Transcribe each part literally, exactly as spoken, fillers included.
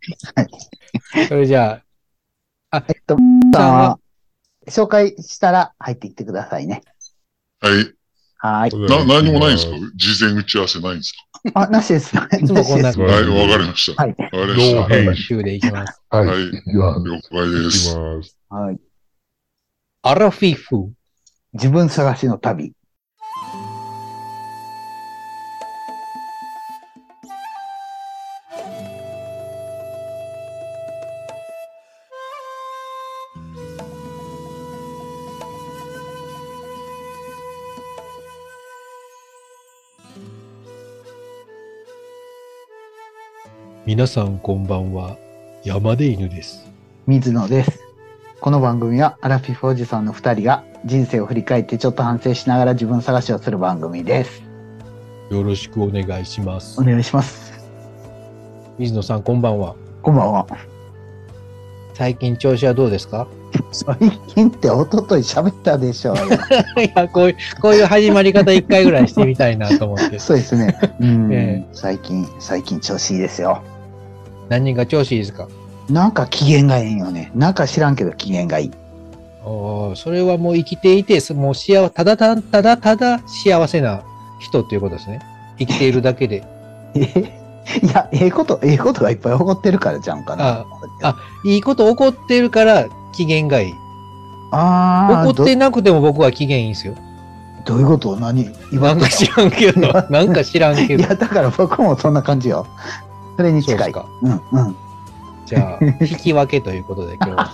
はい。 それじゃあ、あ、 えっと、さんは、紹介したら入ってきてくださいね。 はい。 はい。 な、何もないんですか？事前打ち合わせないんですあ、なしです。 いつもこんなか？はい、わかりました。 はい。 わかりました。 ノー編集でいきます。 はい。 はい。了解です。 はい。 アラフィフ。 自分探しの旅。 皆さんこんばんは。山で犬です。 水野です。この番組はアラフィフおじさんのふたりが人生を振り返ってちょっと反省しながら自分探しをする番組です。 よろしくお願いします。 お願いします。 水野さんこんばんは。 こんばんは。 最近調子はどうですか？ 最近って一昨日喋ったでしょうよ。 いや、こういう、こういう始まり方一回ぐらいしてみたいなと思って。 そうですね。うん、 ええ、 最近、最近調子いいですよ。 何が調子いいですか？ なんか機嫌がいいよね。なんか知らんけど機嫌がいい。 おー、それはもう生きていて、もう幸ただただただただ幸せな人ということですね。生きているだけで。 えいや、ええこと、ええことがいっぱい起こってるからじゃんかな。 ああ、いいこと起こってるから機嫌がいい。 あー起こってなくても僕は機嫌いいんですよ。 ど、どういうこと何なんか知らんけど、なんか知らんけど。 いや、だから僕もそんな感じよ。それに近い。 そううん、うん。 じゃあ、引き分けということで今日は。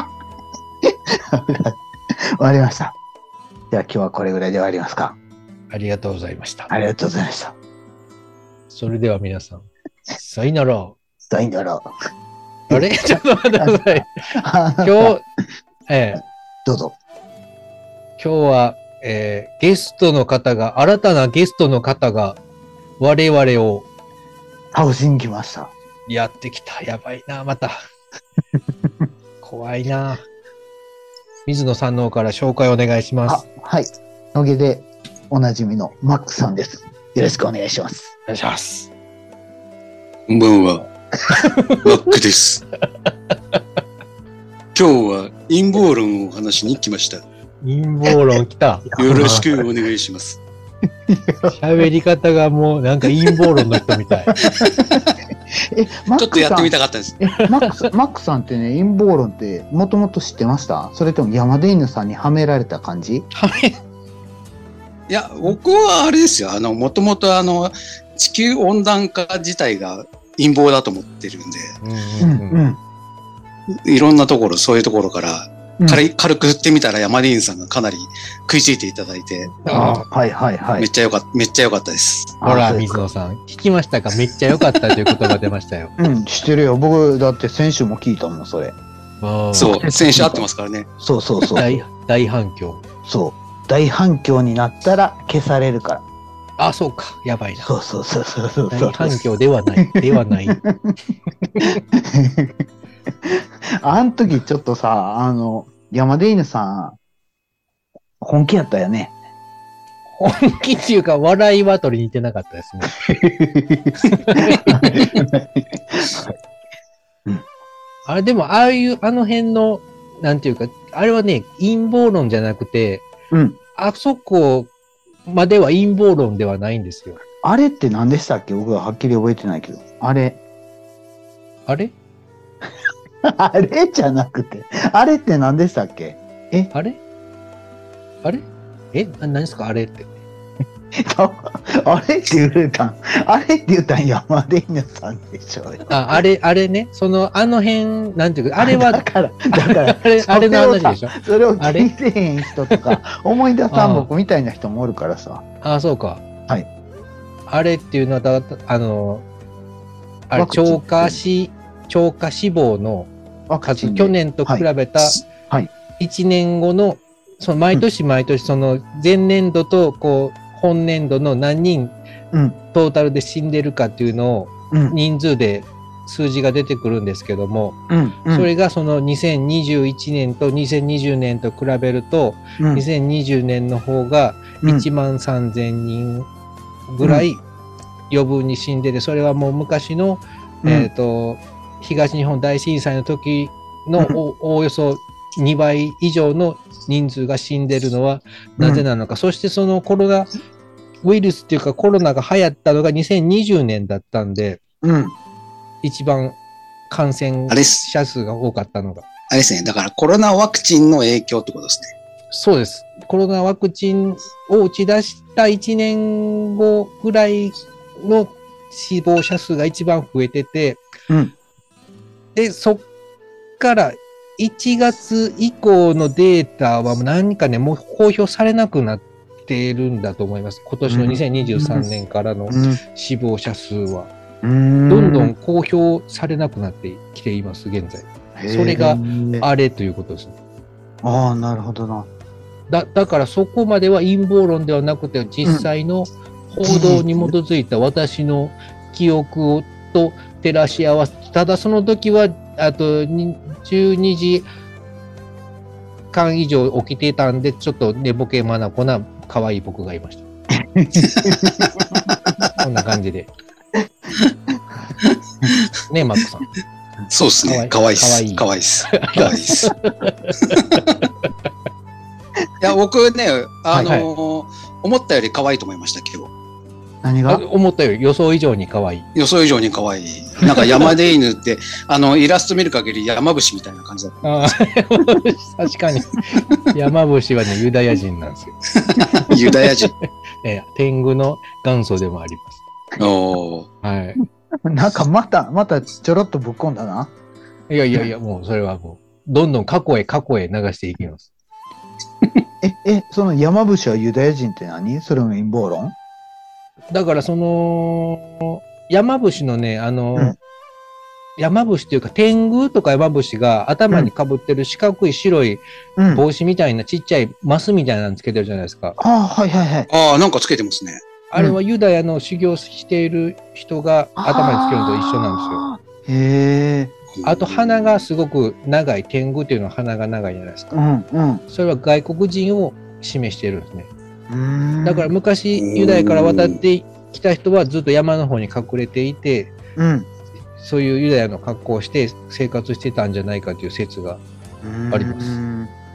終わりました。じゃあ今日はこれぐらいで終わりますか。 ありがとうございました。 ありがとうございました。 それでは皆さん、さよなら。 さよなら。 あれちょっと待ってください。今日、ええ、 どうぞ。 今日は、えー、ゲストの方が、新たなゲストの方が、我々を倒しに来ました。 やってきた。やばいな、また。怖いな。水野さんの方から紹介お願いします。 あ、はい。野毛でおなじみのマックさんです。よろしくお願いします。 お願いします。 こんばんは。マックです。今日は陰謀論をお話しに来ました。 陰謀論来た。 よろしくお願いします。 喋り方がもうなんか陰謀論の人みたい。 え、マックさんちょっとやってみたかったです。 え、マックさん、マックさんってね、陰謀論ってもともと知ってました？それとも山田犬さんにはめられた感じ？ いや、僕はあれですよ。あの、もともとあの、地球温暖化自体が陰謀だと思ってるんで、 うんうんいろんなところ、そういうところから、 うん。 軽い軽く振ってみたら山田院さんがかなり食いついていただいて、 あーはいはいはい。 めっちゃよかった、めっちゃよかったです。 ほら、 あそうですか水野さん。聞きましたか？めっちゃ良かったという言葉出ましたよ。 うん、知ってるよ。僕、だって先週も聞いたもん、それ。 そう、選手合ってますからね。 そうそうそう。 大、大反響。 そう。大反響になったら消されるから。 あ、そうか。やばいな。 そうそうそうそうそう。 大反響ではない。ではない。 あん時ちょっとさ、あの、山田犬さん、本気やったよね。 本気っていうか、笑いは取りに行ってなかったですね。あれ、でも、ああいう、あの辺の、なんていうか、あれはね、陰謀論じゃなくて、 うん。 あそこまでは陰謀論ではないんですよ。 あれって何でしたっけ？僕ははっきり覚えてないけど。あれ。 あれあれじゃなくて。あれって何でしたっけ？えあれあれえな何ですかあれって。 あれって言うたん。あれって言ったん山田犬さんでしょうよ。 あ、あれ、あれね。その、あの辺、なんていうか、あれは、 だから、だから、 あれ、あれの話でしょ。 それをあれ聞いてへん人とか、思い出さん僕みたいな人もおるからさ。 あ、そうか。 はい。 あれっていうのは、だあの、あれ、 ワクチン超過死、超過死亡の数、去年と比べたはいいちねんごの、その毎年毎年、その前年度と、こう、本年度の何人うん。 トータルで死んでるかっていうのをうん。 人数で数字が出てくるんですけども、 うん。うん。 それがそのにせんにじゅういちねんとにせんにじゅうねんと比べると、 うん、 にせんにじゅうねんの方がいちまんさんぜんにんぐらい余分に死んでて、それはもう昔の、 うん、 えっと、 東日本大震災の時のおおおよそにばい以上の人数が死んでるのはなぜなのか、うん、そしてそのコロナウイルスっていうかコロナが流行ったのがにせんにじゅうねんだったんで、 うん、 一番感染者数が多かったのが。 あれですね。だからコロナワクチンの影響ってことですね。 そうです。コロナワクチンを打ち出したいちねんごぐらいの死亡者数が一番増えてて、 うん、 で、そっからいちがつ以降のデータは何かね、もう公表されなくなっているんだと思います。今年のにせんにじゅうさんねんからの死亡者数は。どんどん公表されなくなってきています、現在。それがあれということですね。 ああ、なるほどな。 だ、だからそこまでは陰謀論ではなくて、実際の報道に基づいた私の記憶をと照らし合わせ、ただその時は、あとじゅうにじかん以上起きてたんで、ちょっと寝ぼけまなこな可愛い僕がいました。こんな感じで。ねえ、マックさん。 そうですね。かわいいっす。かわいいっす。かわいいっす。いや、僕ね、あのーはいはい、思ったより可愛いと思いました、今日。 何が思ったより予想以上に可愛い。 予想以上に可愛い。なんか山で犬って、あの、イラスト見る限り山伏みたいな感じだった。 あ確かに。山伏はね、ユダヤ人なんですよ。 ユダヤ人。 え天狗の元祖でもあります。 おはい。 なんかまた、またちょろっとぶっ込んだな。 いやいやいや、もうそれはもう、どんどん過去へ過去へ流していきます。 え、え、その山伏はユダヤ人って何？それも陰謀論？ だからその、山伏のね、あの、うん、山伏っていうか天狗とか山伏が頭に被ってる四角い白い帽子みたいなちっちゃいマスみたいなのつけてるじゃないですか。 ああ、はいはいはい。 ああ、なんかつけてますね。 あれはユダヤの修行している人が頭につけるのと一緒なんですよ。へえ。 あと鼻がすごく長い、天狗っていうのは鼻が長いじゃないですか。 うんうん、 それは外国人を示しているんですね。だから昔ユダヤから渡ってきた人はずっと山の方に隠れていて、 うん、 そういうユダヤの格好をして生活してたんじゃないかという説があります。 うんうん、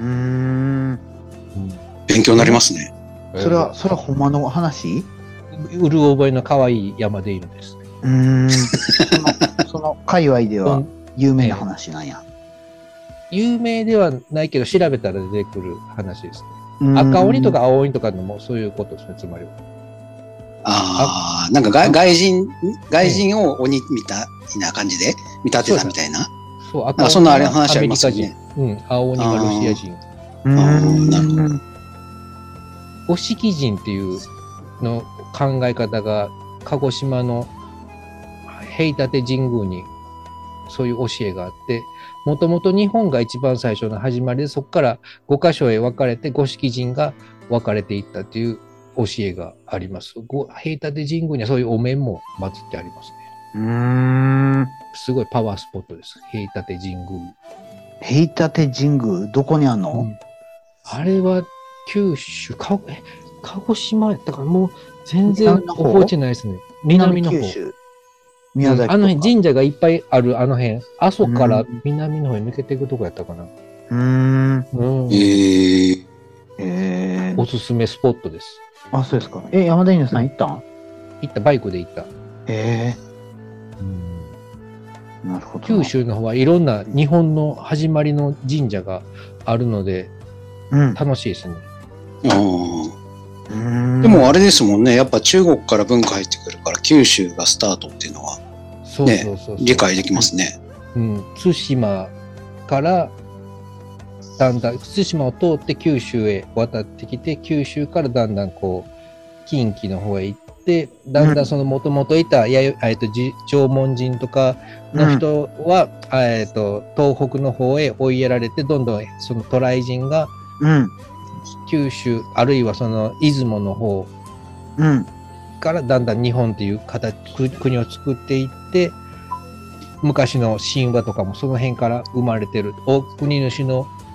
勉強になりますね。 それは、それはほんまの話？ うる覚えの可愛い山でいるんです。 うーんその、その界隈では有名な話なんや。 えー、有名ではないけど調べたら出てくる話ですね。赤鬼とか青鬼とかのもそういうことですね、つまりは。 ああ、なんか外外人、外人を鬼みたいな感じで見立てたみたいな。 そう、 赤鬼そんなあれ話ありますよね。 うん、青鬼がロシア人。 ああ、なるほど。 五色人っていうの考え方が鹿児島の平立神宮にそういう教えがあって、もともと日本が一番最初の始まりで、そこからごかしょへ分かれて五色人が分かれていったという教えがあります。平立神宮にはそういうお面も祀ってありますね。 うーん。 すごいパワースポットです。平立神宮。 平立神宮どこにあんの？うん、 あれは九州、かえ鹿児島やったからもう全然覚えてないですね。南の方。 九州。宮崎とか、 うん、あの辺神社がいっぱいあるあの辺。阿蘇から南の方に抜けていくとこやったかな。 うーん。 うん。 えー、 えー。 おすすめスポットです。 あ、そうですか。え、山田犬さん行ったん？ 行った、バイクで行った。 ええー。なるほど。 九州の方はいろんな日本の始まりの神社があるので、うん、楽しいですね。 ああ。でもあれですもんね。やっぱ中国から文化入ってくるから九州がスタートっていうのは、ね、そうそうそうそう理解できますね。 うん。対馬からだんだん対馬を通って九州へ渡ってきて、九州からだんだんこう近畿の方へ行って、だんだんそのもともといた、うん、やえっと縄文人とかの人は、うん、えっと東北の方へ追いやられて、どんどんその渡来人が、 うん九州あるいはその出雲の方からだんだん日本という形国を作っていって、昔の神話とかもその辺から生まれてる。大国主の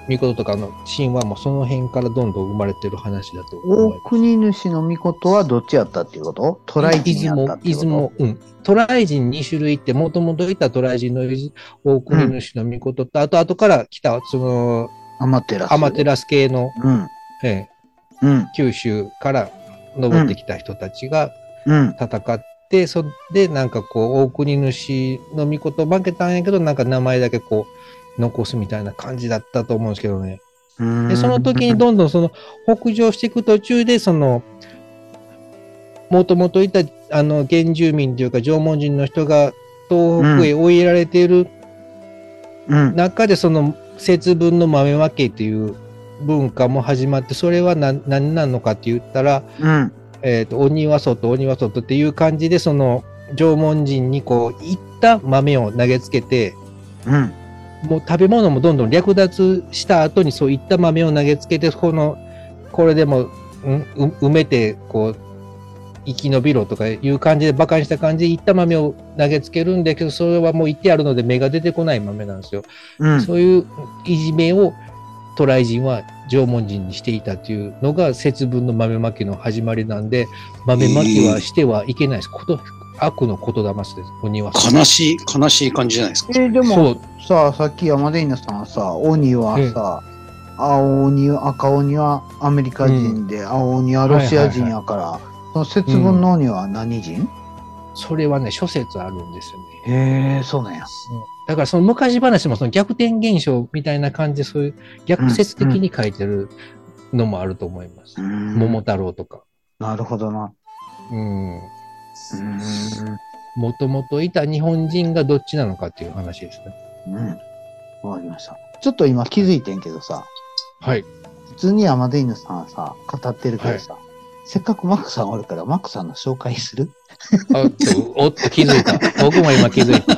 御事とかの神話もその辺からどんどん生まれてる話だと思います。 大国主の御事はどっちやったっていうこと？トライ人やったっていうこと？ 出雲、うん。トライ人に種類って、もともといたトライ人の大国主の御事と、うん、あと後から来た、その、 アマテラス。 アマテラス系の、 うん。 ええ、 うん、 九州から登ってきた人たちが戦って、うん、それでなんかこう、大国主の御事負けたんやけど、なんか名前だけこう、残すみたいな感じだったと思うんですけどね。で、その時にどんどんその北上していく途中で、その、もともといたあの原住民というか縄文人の人が東北へ追いやられている中で、その節分の豆まきっていう文化も始まって、それは何、何なのかって言ったら、 うん、 えっと、鬼は外、鬼は外っていう感じで、その縄文人にこう、いった豆を投げつけて、 うん、 もう食べ物もどんどん略奪した後にそういった豆を投げつけて、この、これでも、うん、埋めて、こう、生き延びろとかいう感じで、馬鹿にした感じでいった豆を投げつけるんだけど、それはもう言ってあるので芽が出てこない豆なんですよ。 うん、 そういういじめを渡来人は縄文人にしていたというのが節分の豆まきの始まりなんで、豆まきはしてはいけないです。こと悪の言霊です、鬼は。 悲しい、悲しい感じじゃないですか。 えー、でもさあ、さっき山田稲さんはさ、鬼はさ、青鬼、赤鬼はアメリカ人で、うん、青鬼はロシア人やから、はいはいはい、その節分の鬼は何人、うん、 それはね、諸説あるんですよね。 へえ、そうなんや。 だからその昔話もその逆転現象みたいな感じで、そういう逆説的に書いてるのもあると思います。うん、桃太郎とか。 なるほどな。 うん。 うん。 もともといた日本人がどっちなのかっていう話ですね。 うん。わかりました。ちょっと今気づいてんけどさ。 はい。 普通に山田犬さんはさ、語ってるけどさ、はい、せっかくマックさんおるからマックさんの紹介する？ おっと、おっと気づいた。僕も今気づいた。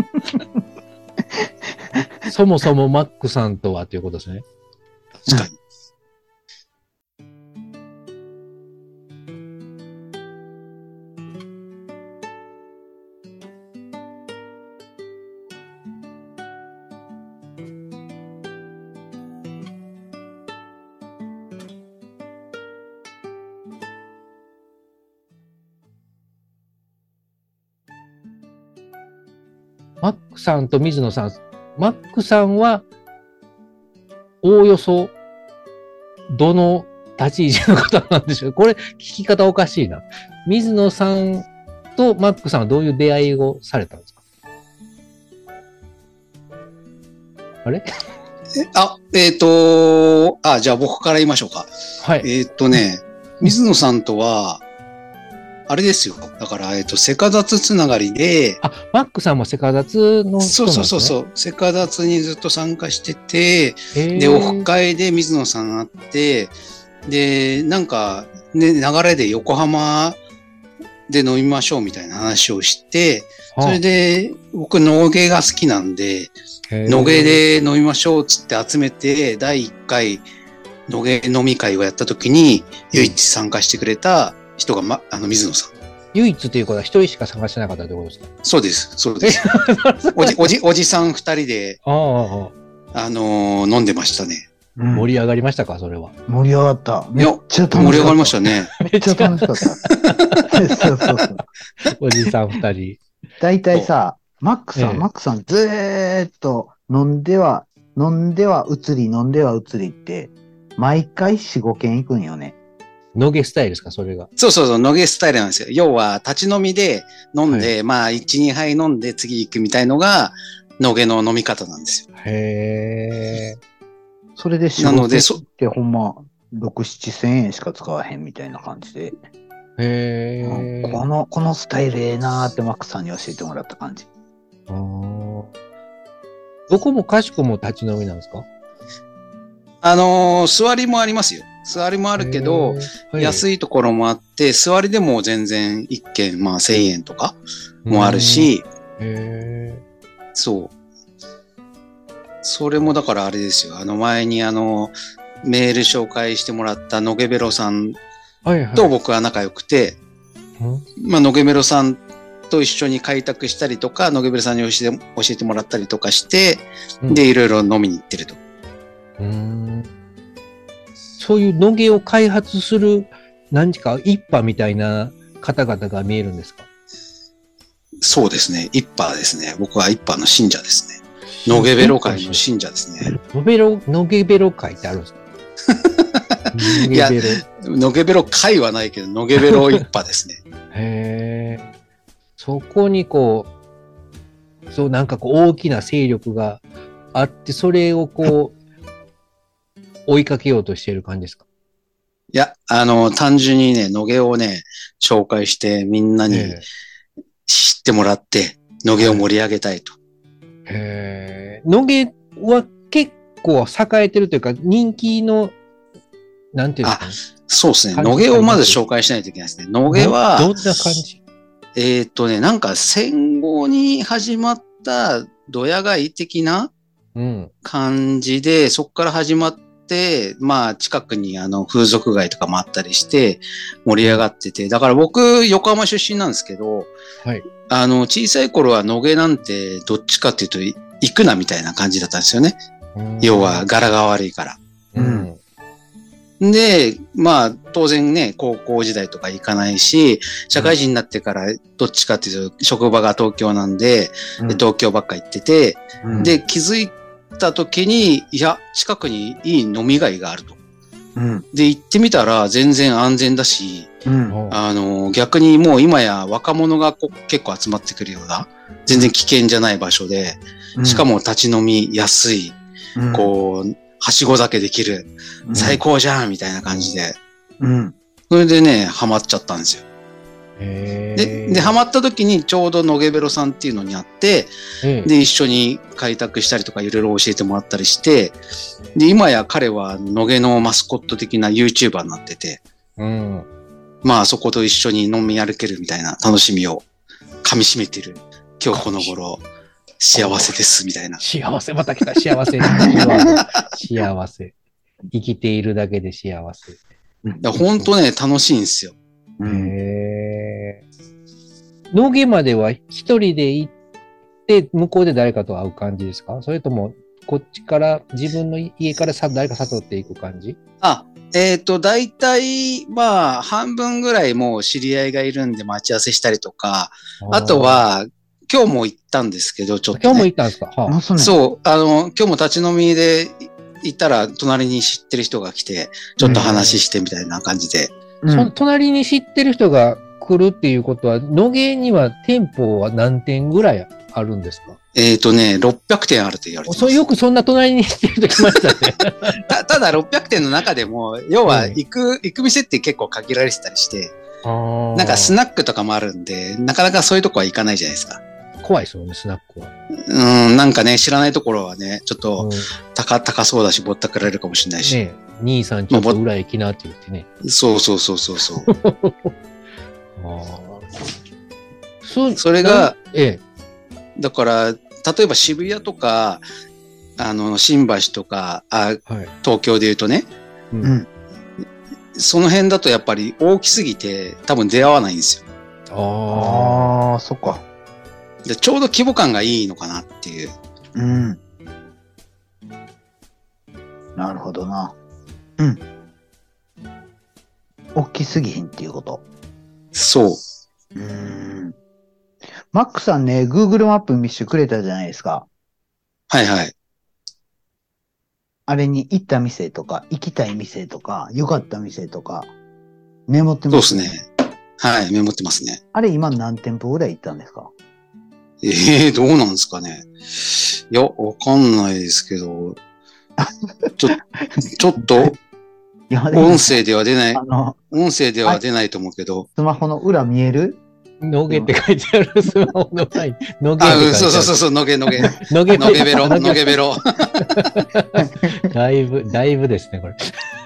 そもそもマックさんとはということですね。 確かに。 マックさんと水野さん、マックさんは、おおよそ、どの立ち位置の方なんでしょう？これ、聞き方おかしいな。水野さんとマックさんはどういう出会いをされたんですか？あれあ、えっ、ー、と、あ、じゃあ僕から言いましょうか。 はい。 えっ、ー、とね、水野さんとは、あれですよ。だから、えっ、ー、と、セカダツつながりで。 あ、マックさんもセカダツの人なんですね。 そうそうそう。セカダツにずっと参加してて、で、オフ会で水野さん会って、で、なんか、ね、流れで横浜で飲みましょうみたいな話をして、それで、僕、野毛が好きなんで、野毛で飲みましょうっつって集めて、だいいっかい野毛飲み会をやった時に、唯一参加してくれた人が、ま、あの、水野さん。 唯一ということは一人しか参加してなかったってことですか？ そうです、そうです。おじ、おじ、おじさん二人で、 ああ、 あのー、飲んでましたね。 うん、盛り上がりましたか、それは。 盛り上がった。めっちゃ楽しかった。 盛り上がりましたね。 めっちゃ楽しかった。そうそうそう。 おじさん二人。 だいたいさ、マックさん、ええ、マックさんずーっと飲んでは、飲んでは移り、飲んでは移りって、毎回よん、ごけん行くんよね。 野毛スタイルですか、それが。 そうそうそう、野毛スタイルなんですよ。要は、立ち飲みで飲んで、はい、まあ、いち、にはい飲んで次行くみたいのが、野毛の飲み方なんですよ。 へー。 それで仕事ってほんま、ろく、ななせんえんしか使わへんみたいな感じで。 へー。 この、このスタイルええなーってマックさんに教えてもらった感じ。 あー。どこもかしこも立ち飲みなんですか？ あのー、座りもありますよ。座りもあるけど、はい、安いところもあって、座りでも全然一軒、まあせんえんとかもあるし、 へー。 そう。それもだからあれですよ。あの前にあの、メール紹介してもらった野毛ベロさんと僕は仲良くて、 はいはい、 まあ野毛ベロさんと一緒に開拓したりとか、野毛ベロさんに教えて、教えてもらったりとかして、うん、で、いろいろ飲みに行ってると。 うーん。そういう野毛を開発する何か一派みたいな方々が見えるんですか？ そうですね。一派ですね。僕は一派の信者ですね。野毛ベロ会の信者ですね。 野ベロ、野毛ベロ会ってあるんですか？ いや野毛ベロ。 野毛ベロ会はないけど、野毛ベロ一派ですね。 へえ。そこにこう、そうなんかこう大きな勢力があって、それをこう、追いかけようとしている感じですか？ いや、あの、単純にね、野毛をね、紹介してみんなにえ知ってもらって、野毛を盛り上げたいと。 え。へえ。野毛は結構栄えてるというか、人気の、なんていうんですかね。 そうですね。 感じ野毛をまず紹介しないといけないですね。野毛は、 どどんな感じ？ えーっとね、なんか戦後に始まったドヤ街的なうん。 感じで、そこから始まって、まあ近くにあの風俗街とかもあったりして盛り上がってて、だから僕横浜出身なんですけど、 はい。 あの小さい頃は野毛なんてどっちかっていうと行くなみたいな感じだったんですよね。要は柄が悪いから。 うん。 で、まあ、当然ね、高校時代とか行かないし、社会人になってからどっちかっていうと、職場が東京なんで、 うんで東京ばっか行ってて、 うん、 で、気づいた時に、いや、近くにいい飲み街があると。 うん。 で、行ってみたら全然安全だし、 うん。 あの、逆にもう今や若者がこ結構集まってくるような、全然危険じゃない場所で、しかも立ち飲み安い、 うん、 こう、はしご酒できる、 うん、 最高じゃんみたいな感じで、 うん。 それでね、ハマっちゃったんですよ。 へで、で、ハマった時にちょうど野毛ベロさんっていうのに会って、 え。 で、一緒に開拓したりとかいろいろ教えてもらったりして、で、今や彼は野毛のマスコット的な YouTuber になってて、 うん。 まあそこと一緒に飲み歩けるみたいな楽しみを噛み締めてる今日この頃、幸せですみたいな。 幸せ、また来た、幸せ。幸せ。生きているだけで幸せ。 本当ね、楽しいんですよ。 うん、 へー。野毛までは一人で行って、向こうで誰かと会う感じですか？それとも、こっちから、自分の家からさ誰か誘っていく感じ？ あ、えっと、大体、まあ、半分ぐらいもう知り合いがいるんで待ち合わせしたりとか、あと、は、今日も行ったんですけど、ちょっと、ね。 今日も行ったんですか？はあ、 そうね。 そう、あの、今日も立ち飲みで行ったら、隣に知ってる人が来て、ちょっと話してみたいな感じで。 うん、 そ隣に知ってる人が来るっていうことは、野毛には店舗は何店ぐらいあるんですか？ えっとね、ろっぴゃくてんあると言われてます。 そよくそんな隣に知ってる人来ましたね。 たただろっぴゃくてんの中でも、要は行く、行く店って結構限られてたりして、なんかスナックとかもあるんで、なかなかそういうとこは行かないじゃないですか。 怖いですよね、スナックは。 うん、なんかね、知らないところはね、ちょっとうん高、高そうだし、ぼったくられるかもしれないし。 ねえ、兄さんちょっと裏行きなって言ってね。 そうそうそうそうそう。 あーそそれが、 ええ、 だから、例えば渋谷とか、あの、新橋とか、あ、 はい。 東京で言うとね、 ううんん。 その辺だとやっぱり大きすぎて多分出会わないんですよ。 あああ、そっか。 でちょうど規模感がいいのかなっていう。 うん。なるほどな。うん。大きすぎひんっていうこと。 そう。 うーん。マックさんね、Google マップ見せてくれたじゃないですか。 はいはい。 あれに行った店とか、行きたい店とか、良かった店とか、メモってそうますですね。はい、メモってますね。 あれ今何店舗ぐらい行ったんですか？ ええー、どうなんですかね。いや、わかんないですけど、ちょ、ちょっと、 いや、でも音声では出ないあ、の、 音声では出ないと思うけど、 スマホの裏見える？ 野毛って書いてあるスマホの前に。野毛っあ、うんて書いてある。 そうそうそうそう、のげのげ。 野毛のげベロ、のげベロ。 だいぶ、だいぶですね、これ。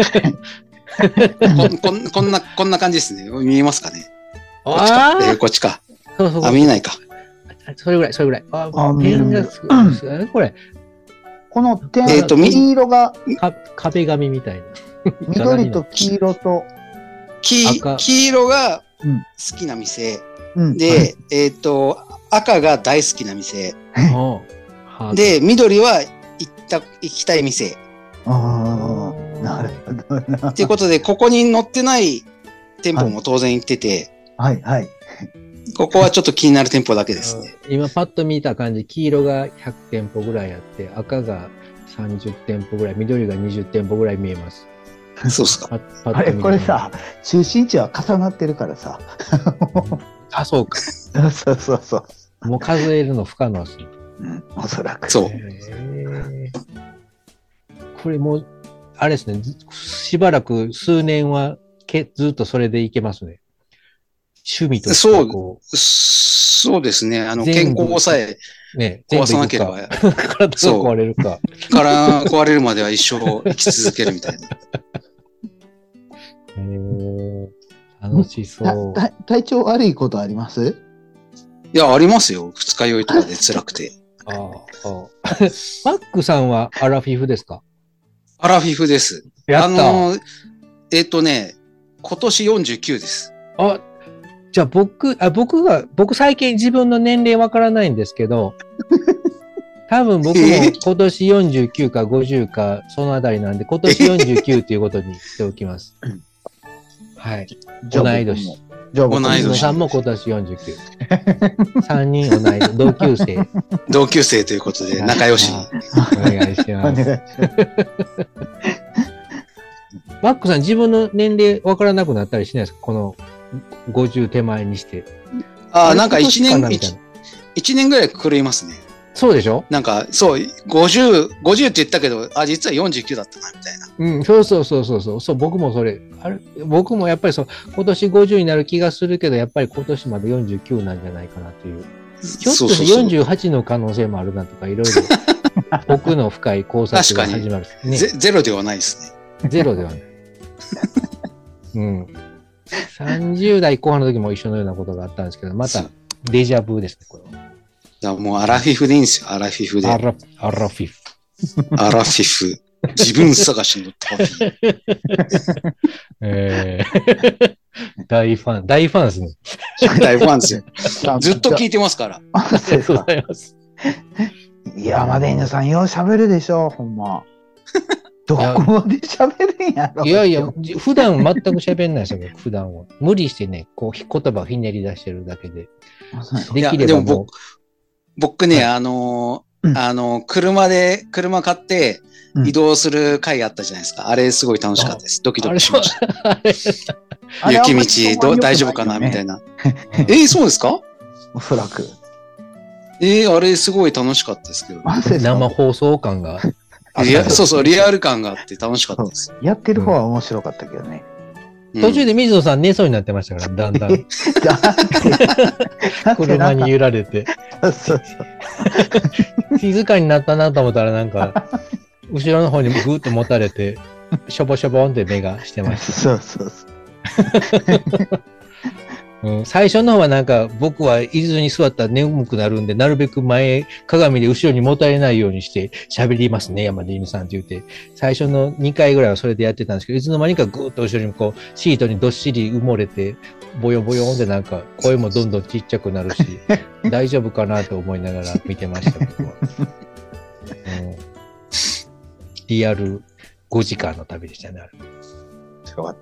こんこんこんな、こんな感じですね。見えますかね。こっちあか。えあーこっちか。 そうそうあ、見えないか。 それぐらい、それぐらい。ああ見えるペンがすうんこれ、 この点、 えーとみ黄色が、 か壁紙みたいな。 緑と黄色と、 黄赤黄色がうん好きな店。 うん。 で、えっと、赤が大好きな店。 おうハートで、緑は行った、行きたい店。 ああ、なるほどな。 ということで、ここに載ってない店舗も当然行ってて、 はいはい。 ここはちょっと気になる店舗だけですね。 今パッと見た感じ、黄色がひゃく店舗ぐらいあって、赤がさんじゅう店舗ぐらい、緑がにじゅう店舗ぐらい見えます。 そうっすか。 パッパッとあれ、 見たこれさ、中心地は重なってるからさ。 あ、そうか。 そうそうそう。 もう数えるの不可能ですね。 うん、おそらく。 そう。 へーこれもう、あれですね、ずしばらく数年はけずっとそれでいけますね。趣味としてこそうですね。あの、健全部康さえう、ね、 壊さなければ、 全部いくか体が壊れるか。 から壊れるまでは一生生き続けるみたいな。 へー楽しそう。 たた体調悪いことあります？ いや、ありますよ。二日酔いとかで辛くて。 あああマックさんはアラフィフですか？ アラフィフです。 やった。 あの、えっとね、今年よんじゅうきゅうです。 あ、じゃあ僕、あ、僕が、僕最近自分の年齢わからないんですけど、多分僕も今年よんじゅうきゅうかごじゅうかそのあたりなんで、今年よんじゅうきゅうということにしておきます。はい。 じゃあ同い年。 じゃあ僕も同い年水野さんも今年よんじゅうきゅう。さんにん同い年、同級生。 同級生ということで仲良しに。 お願いしおます。 願いします。 マックさん自分の年齢わからなくなったりしないですか？このごじゅう手前にして。 ああ、なんか一年今年かなみたいな、 一年ぐらい狂いますね。 そうでしょ？ なんか、そう、ごじゅう、ごじゅうって言ったけど、あ、実はよんじゅうきゅうだったな、みたいな。 うん、そうそうそうそうそう。そう、僕もそれ。あれ、僕もやっぱりそう、今年ごじゅうになる気がするけど、やっぱり今年までよんじゅうきゅうなんじゃないかなという。ひょっとしてよんじゅうはちの可能性もあるなとか、いろいろ奥の深い考察が始まる、ね。 ゼゼロではないですね。 ゼロではない。うん。さんじゅう代後半の時も一緒のようなことがあったんですけど、またデジャブですね、これは。 じゃあもうアラフィフでいいんですよ、アラフィフで。 アラ、アラフィフ。 アラフィフ。自分探しの旅。 えー、大ファン、大ファンですね。 大ファンですよ。ずっと聞いてますから。 ありがとうございます。 いや、まだ犬さんよう喋るでしょ、ほんま。どこまで喋るんやろ。 いやいや、普段全く喋んないですよ、普段は。無理してね、こう、言葉をひねり出してるだけで。できればもう。 僕ね、 はい、 あのー、あのー、車で、車買って移動する回があったじゃないですか。うん、あれすごい楽しかったです。ドキドキしました。雪道ど大丈夫かなみたいな。えー、そうですか？ おそらく。 えー、あれすごい楽しかったですけど、ね。 生放送感が。 リアそうそう、リアル感があって楽しかったです。 やってる方は面白かったけどね。 うん、途中で水野さん寝そうになってましたから、だんだん。車に揺られて。 そうそう。 静かになったなと思ったら、なんか、後ろの方にぐーっと持たれて、しょぼしょぼんって目がしてました。 そうそうそう。 うん、最初の方はなんか僕は椅子に座ったら眠くなるんで、なるべく前、鏡で後ろにもたれないようにして喋りますね、山田犬さんって言って、最初のにかいぐらいはそれでやってたんですけど、いつの間にかぐーっと後ろにこう、シートにどっしり埋もれて、ボヨボヨンでなんか声もどんどんちっちゃくなるし、大丈夫かなと思いながら見てました、僕は。うん、リアルごじかんの旅でしたね、あれ。 よかった。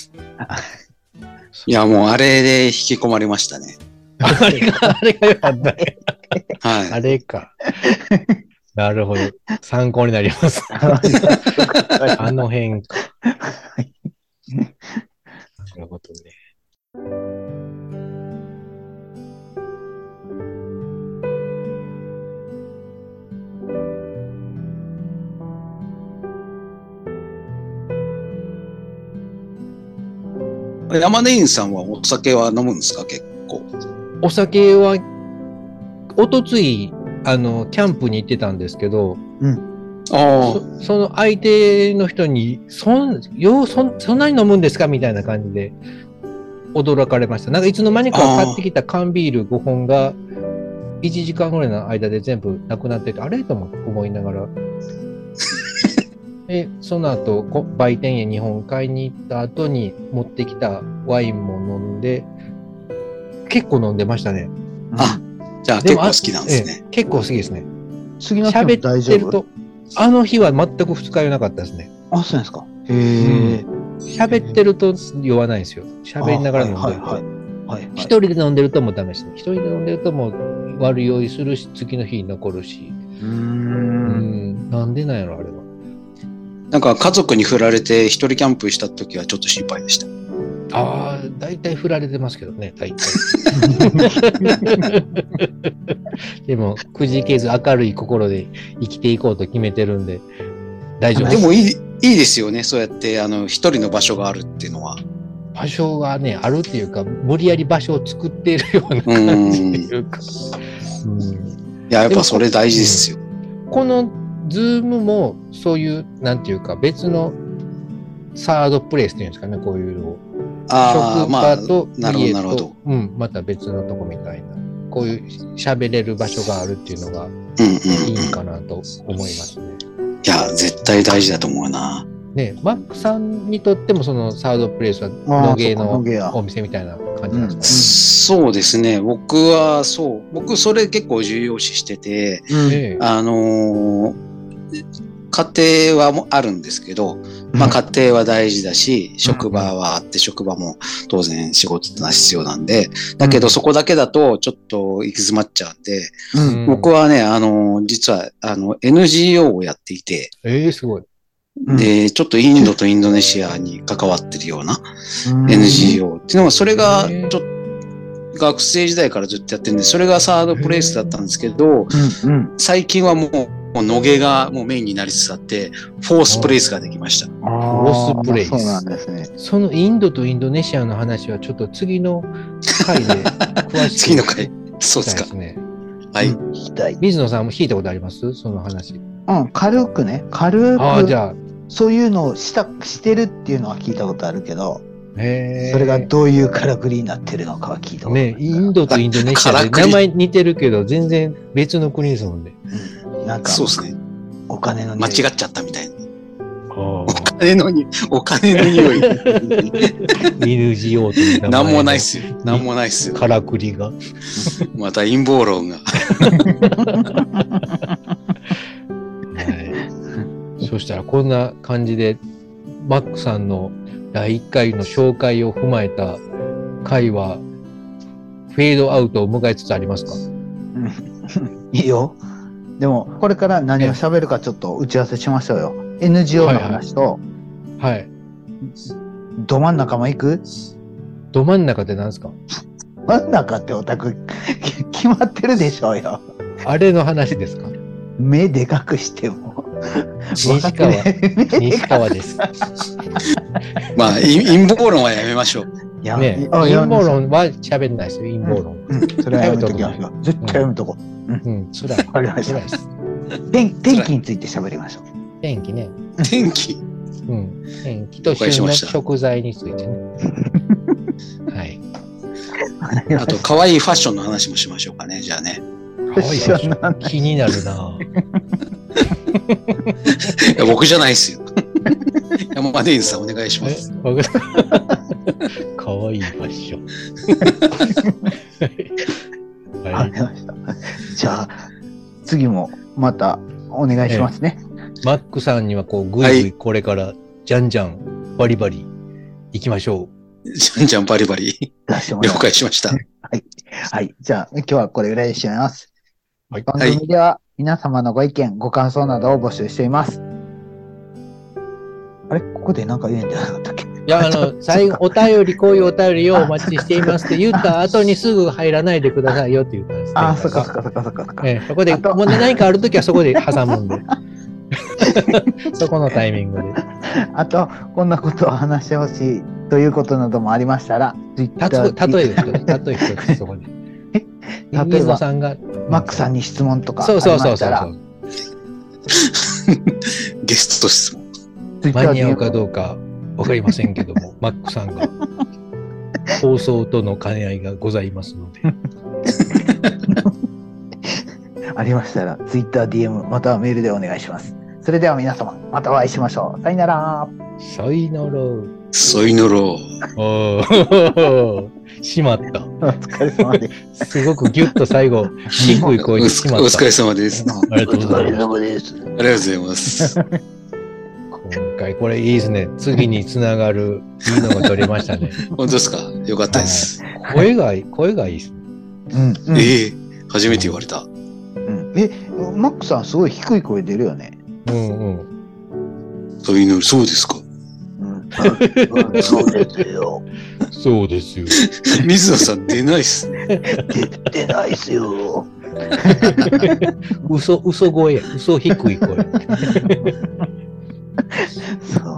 いや、もうあれで引き込まれましたね。 あれが、あれがよかったね。 はい。 あれか。なるほど。参考になります。あの辺か。なるほどね。 山根院さんはお酒は飲むんですか、結構。 お酒は、おとつい、あの、キャンプに行ってたんですけど、 うん。 あそその相手の人に、そん、よう、そ、そんなに飲むんですかみたいな感じで、驚かれました。なんかいつの間にか買ってきた缶ビールごほんが、いちじかんぐらいの間で全部なくなってて、あれとも思いながら。で、その後、売店へにほん買いに行った後に持ってきたワインも飲んで、結構飲んでましたね。 あ、じゃあ結構好きなんですね。 ええ、結構好きですね。 次の日も喋大丈夫？ ってると、 あの日は全く二日酔いなかったですね。 あ、そうなんですか。へえ。 喋ってると酔わないんですよ。喋りながら飲んでると。 はいはいはい。 一人で飲んでるともうダメですね。一人で飲んでるともう悪酔いするし、次の日に残るし。 うー。 うんん。なんでなんやろ、あれは。 なんか家族に振られて一人キャンプした時はちょっと心配でした。 ああ、大体振られてますけどね、大体。でも、くじけず明るい心で生きていこうと決めてるんで、大丈夫です。 でもいい、いいですよね。そうやってあの一人の場所があるっていうのは。 場所がね、あるっていうか、無理やり場所を作っているような感じっていうか。うんいや、やっぱそれ大事ですよ。 このズームもそういう、なんていうか、別のサードプレイスっていうんですかね、こういうのを。 ああ、 職まあ、 場となるほど、 家なるほどと。、うん、また別のとこみたいな。こういう喋れる場所があるっていうのがうんうんいいうん。 んかなと思いますね。 いや、絶対大事だと思うな。 ね、マックさんにとってもそのサードプレイスはあー野芸そっかの野芸やお店みたいな感じなんですそうですね。僕はそう。僕それ結構重要視してて、 かね。ええあのー家庭はもあるんですけど、まあ家庭は大事だし、職場はあって職場も当然仕事ってのは必要なんで、だけどそこだけだとちょっと行き詰まっちゃうんで、 うん。 僕はね、あのー実はあの エヌジーオー をやっていて、 ええすごい。 うんで、ちょっとインドとインドネシアに関わってるようなうんエヌジーオー っていうのが、それがへーちょっと学生時代からずっとやってるんで、それがサードプレイスだったんですけど、 うんうん。 最近はもう、もう野毛がもうメインになりつつあって、フォースプレイスができました。 あロスプレイスそうなんですね。 そのインドとインドネシアの話はちょっと次の回で詳しく次の回。そうですか聞きたいです。ね。 はい。 うん聞きたい。 水野さんも聞いたことありますその話。 うん、軽くね、軽ああ、じく、 ゃあ、 そういうのをした、してるっていうのは聞いたことあるけど、 へえ。 それがどういうからくりになってるのかは聞いたことないね、インドとインドネシアでからくり名前似てるけど、全然別の国ですもんね。 うんなんか、 そうですね。 お金の間違っ匂いちゃったみたいな。 あお金のに、お金の匂い。 あ。エヌジーオー という名前のなんもないっすよ。なんもないっすよ。 からくりが。 また陰謀論が。 はい。そしたらこんな感じで、マックさんのだいいっかいの紹介を踏まえた回は、フェードアウトを迎えつつありますか？ うんいいよ。でも、これから何を喋るかちょっと打ち合わせしましょうよ。エヌジーオー の話と、 はい。 ど真ん中も行くど真ん中って何ですか？ 真ん中ってオタク決まってるでしょうよ。 あれの話ですか？ 目でかくしても。 西川、西川です。 まあ、い陰謀論はやめましょう。 やね、 あや陰謀論は喋んないですよ、陰謀論。 うん、それはやめときましょう。絶対やめとこう。 うん、辛い。 わかりました辛いです。 天天気について喋りましょう。 天気ね。 天気。 うん。天気と了解し旬のました食材についてね。はい。 あと、可愛いファッションの話もしましょうかね。じゃあね。 可愛いファッション気になるなぁ。 いや僕じゃないですよ。山田インさんお願いしまえす。 わか可愛いファッション。 わはい。 かりました。じゃあ、次もまたお願いしますね。 マックさんにはこう、ぐいぐいこれから、じゃんじゃん、バリバリ、行きましょじゃんじゃんバリバリ。了出してもらいます解しました。 はい。じゃあ、今日はこれぐらいで締めます。 はい番組では皆様のご意見、ご感想などを募集しています。あれここで何か言うんじゃなかったっけう。いや、あの、最後、お便り、こういうお便りをお待ちしていますって言った後にすぐ入らないでくださいよって言ったんですね。 ああ、そっかそっかそっかそっかそっか。 ええそこで、 あともう何かあるときはそこで挟むんで。そこのタイミングで。 あと、こんなことを話してほしいということなどもありましたら、 たと例えですよ。例え一つ、そこで。 例えば水野さんが。 マックさんに質問とかあそうりまそうそうそうしたら、 ゲスト質問。 間に合うかどうかわかりませんけども、マックさんが放送との兼ね合いがございますので。 ありましたら、ツイッター、ディーエム、またはメールでお願いします。それでは皆様、またお会いしましょう。さよなら。 さいなら。 そういうのろう。 ああ、しまった。 疲れ様です。 すごくギュッと最後、低い声でしまった。 お疲れ様です。 ありがとうございます。 お疲れ様です。 ありがとうございます。 今回これいいですね。次につながるいいのが取れましたね。 本当ですか？よかったです。 声がいい、声がいいですね。 うんうん、 ええ初めて言われた。 うん。え、マックさんすごい低い声出るよね。 うんうん。 そういうの、そうですか。 うん、うん、そうですよ。 そうですよ。 水野さん出ないっすね。 出てないっすよ。 嘘、嘘声、嘘低い声。 そう。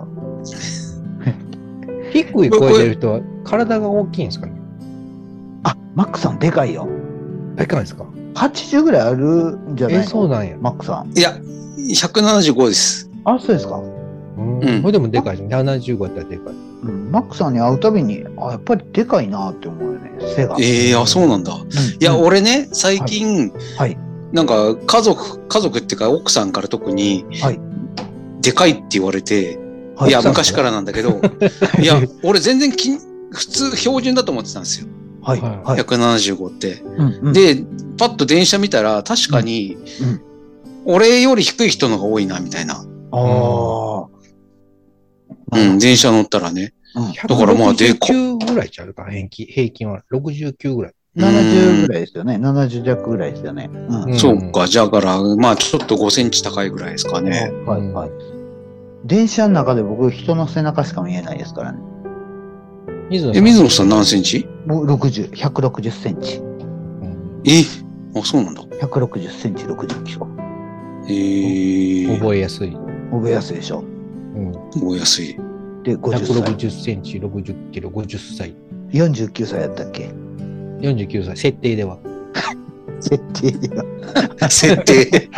低い声出る人は体が大きいんですかね。 あ、マックさんでかいよ。 でかいですか。 はちじゅうぐらいあるんじゃないの？ え、そうなんや。 マックさん。 いや、ひゃくななじゅうごです。 あ、そうですか。 うん。これでもでかいですね。ななじゅうごだったらでかい。 うん、マックさんに会うたびに、あ、やっぱりでかいなって思うよね、背が。 ええー、あ、そうなんだ。 うん、 いや、うん、俺ね、最近、 はい、はい、 なんか家族、家族っていうか奥さんから特に、はい、でかいって言われて、はい、いや、昔からなんだけど、いや、俺全然き普通標準だと思ってたんですよ。はい。はい、ひゃくななじゅうごって、うんうん。で、パッと電車見たら、確かに、うんうん、俺より低い人の方が多いな、みたいな。ああ。うん、電車乗ったらね。うん、だからまあ、で、 ろくじゅうきゅうぐらいちゃうか、平均、平均は。ろくじゅうきゅうぐらい。 ななじゅうぐらいですよね。ななじゅう弱ぐらいですよね。 うん、そうか。じゃあから、まあ、ちょっとごセンチ高いぐらいですかね。 はい、はい。電車の中で僕、人の背中しか見えないですからね。 水野さん。え、水野さん何センチ？ もうろくじゅう、ひゃくろくじゅっセンチ。 え、あ、そうなんだ。 ひゃくろくじゅっセンチ、ろくじゅっキロ。 えー。 覚えやすい。 覚えやすいでしょ。 うん。覚えやすい。 で、ごじゅっさい。 ひゃくろくじゅっセンチ、ろくじゅっキロ、ごじゅっさい。 よんじゅうきゅうさいやったっけ？ よんじゅうきゅうさい、設定では。 設定では。 設定。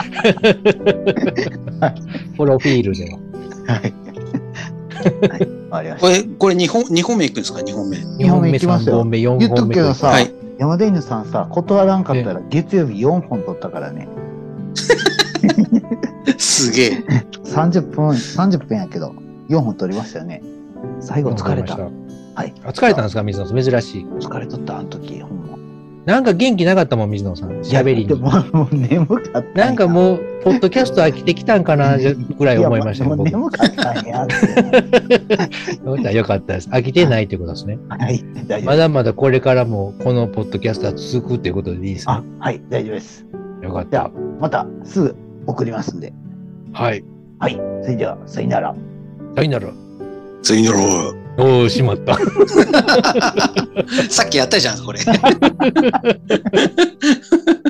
プロフィールでは。 はい。はい、 これ、これにほん、にほんめ行くんですか？ に 本目。 にほんめ行きますよ。 よんほんめ、よんほんめ。 言っとくけどさ、 はい、 山田犬さんさ、断らんかったら月曜日よんほん取ったからね。 すげえ。 さんじゅっぷん、さんじゅっぷんやけど、よんほん取りましたよね。最後疲れた。 はい。あ、疲れたんですか、水野さん。珍しい。 疲れとった、あの時、ほんま。 なんか元気なかったもん、水野さん。喋りに。 もう、もう眠かったん。 なんかもう、ポッドキャスト飽きてきたんかな、ぐらい思いましたよ。 もう眠かったんや。 よかったです。飽きてないってことですね。 はい、大丈夫。 まだまだこれからも、このポッドキャストは続くっていうことでいいですね。 あ、はい、大丈夫です。 よかった。 じゃあ、またすぐ送りますんで。 はい。 はい。それでは、さよなら。 さよなら。 さよなら。 おー、しまった。 さっきやったじゃん、これ。